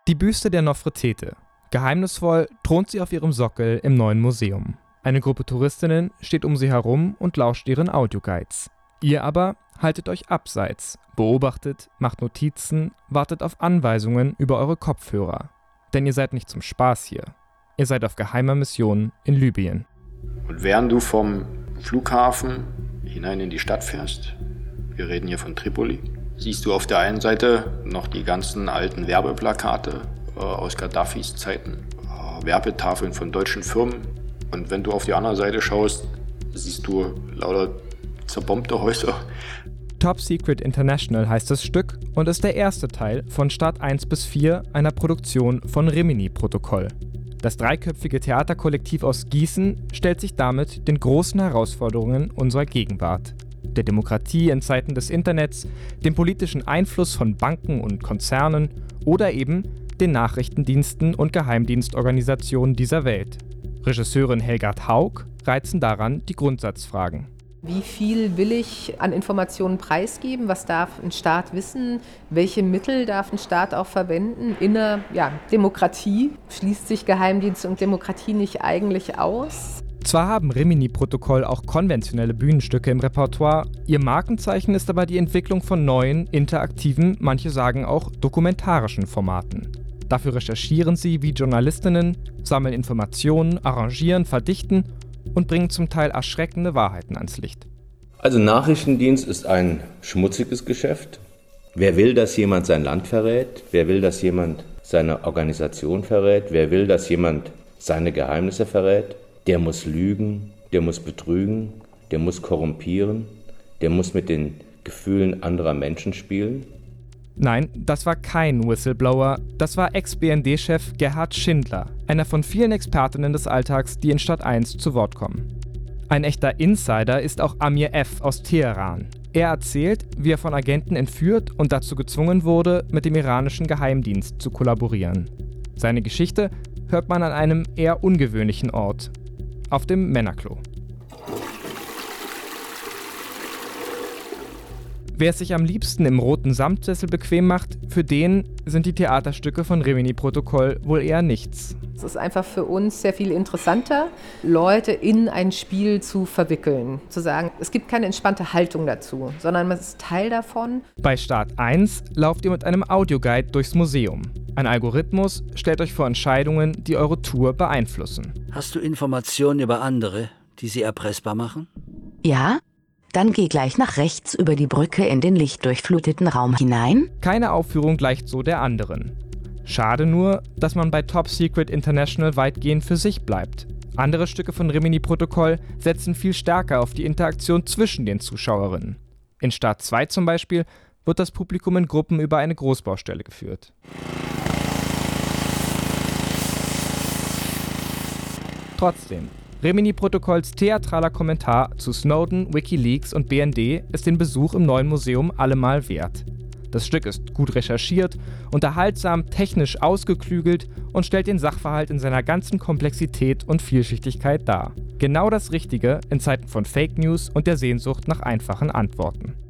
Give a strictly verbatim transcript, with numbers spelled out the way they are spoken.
Die Büste der Nofretete. Geheimnisvoll thront sie auf ihrem Sockel im neuen Museum. Eine Gruppe Touristinnen steht um sie herum und lauscht ihren Audioguides. Ihr aber haltet euch abseits, beobachtet, macht Notizen, wartet auf Anweisungen über eure Kopfhörer. Denn ihr seid nicht zum Spaß hier. Ihr seid auf geheimer Mission in Libyen. Und während du vom Flughafen hinein in die Stadt fährst, wir reden hier von Tripoli, siehst du auf der einen Seite noch die ganzen alten Werbeplakate äh, aus Gaddafis Zeiten, äh, Werbetafeln von deutschen Firmen. Und wenn du auf die andere Seite schaust, siehst du lauter zerbombte Häuser. Top Secret International heißt das Stück und ist der erste Teil von Start eins bis vier einer Produktion von Rimini-Protokoll. Das dreiköpfige Theaterkollektiv aus Gießen stellt sich damit den großen Herausforderungen unserer Gegenwart. Der Demokratie in Zeiten des Internets, dem politischen Einfluss von Banken und Konzernen oder eben den Nachrichtendiensten und Geheimdienstorganisationen dieser Welt. Regisseurin Helgard Haug reizen daran die Grundsatzfragen. Wie viel will ich an Informationen preisgeben? Was darf ein Staat wissen? Welche Mittel darf ein Staat auch verwenden? In einer ja, Demokratie schließt sich Geheimdienst und Demokratie nicht eigentlich aus? Zwar haben Rimini-Protokoll auch konventionelle Bühnenstücke im Repertoire, ihr Markenzeichen ist aber die Entwicklung von neuen, interaktiven, manche sagen auch dokumentarischen Formaten. Dafür recherchieren sie wie Journalistinnen, sammeln Informationen, arrangieren, verdichten und bringen zum Teil erschreckende Wahrheiten ans Licht. Also Nachrichtendienst ist ein schmutziges Geschäft. Wer will, dass jemand sein Land verrät? Wer will, dass jemand seine Organisation verrät? Wer will, dass jemand seine Geheimnisse verrät? Der muss lügen, der muss betrügen, der muss korrumpieren, der muss mit den Gefühlen anderer Menschen spielen. Nein, das war kein Whistleblower, das war Ex-B N D-Chef Gerhard Schindler, einer von vielen Expertinnen des Alltags, die in Start eins zu Wort kommen. Ein echter Insider ist auch Amir F. aus Teheran. Er erzählt, wie er von Agenten entführt und dazu gezwungen wurde, mit dem iranischen Geheimdienst zu kollaborieren. Seine Geschichte hört man an einem eher ungewöhnlichen Ort, auf dem Männerklo. Wer es sich am liebsten im roten Samtsessel bequem macht, für den sind die Theaterstücke von Rimini-Protokoll wohl eher nichts. Es ist einfach für uns sehr viel interessanter, Leute in ein Spiel zu verwickeln. Zu sagen, es gibt keine entspannte Haltung dazu, sondern man ist Teil davon. Bei Start eins lauft ihr mit einem Audioguide durchs Museum. Ein Algorithmus stellt euch vor Entscheidungen, die eure Tour beeinflussen. Hast du Informationen über andere, die sie erpressbar machen? Ja. Dann geh gleich nach rechts über die Brücke in den lichtdurchfluteten Raum hinein. Keine Aufführung gleicht so der anderen. Schade nur, dass man bei Top Secret International weitgehend für sich bleibt. Andere Stücke von Rimini-Protokoll setzen viel stärker auf die Interaktion zwischen den Zuschauerinnen. In Start zwei zum Beispiel wird das Publikum in Gruppen über eine Großbaustelle geführt. Trotzdem, Rimini-Protokolls theatraler Kommentar zu Snowden, WikiLeaks und B N D ist den Besuch im neuen Museum allemal wert. Das Stück ist gut recherchiert, unterhaltsam, technisch ausgeklügelt und stellt den Sachverhalt in seiner ganzen Komplexität und Vielschichtigkeit dar. Genau das Richtige in Zeiten von Fake News und der Sehnsucht nach einfachen Antworten.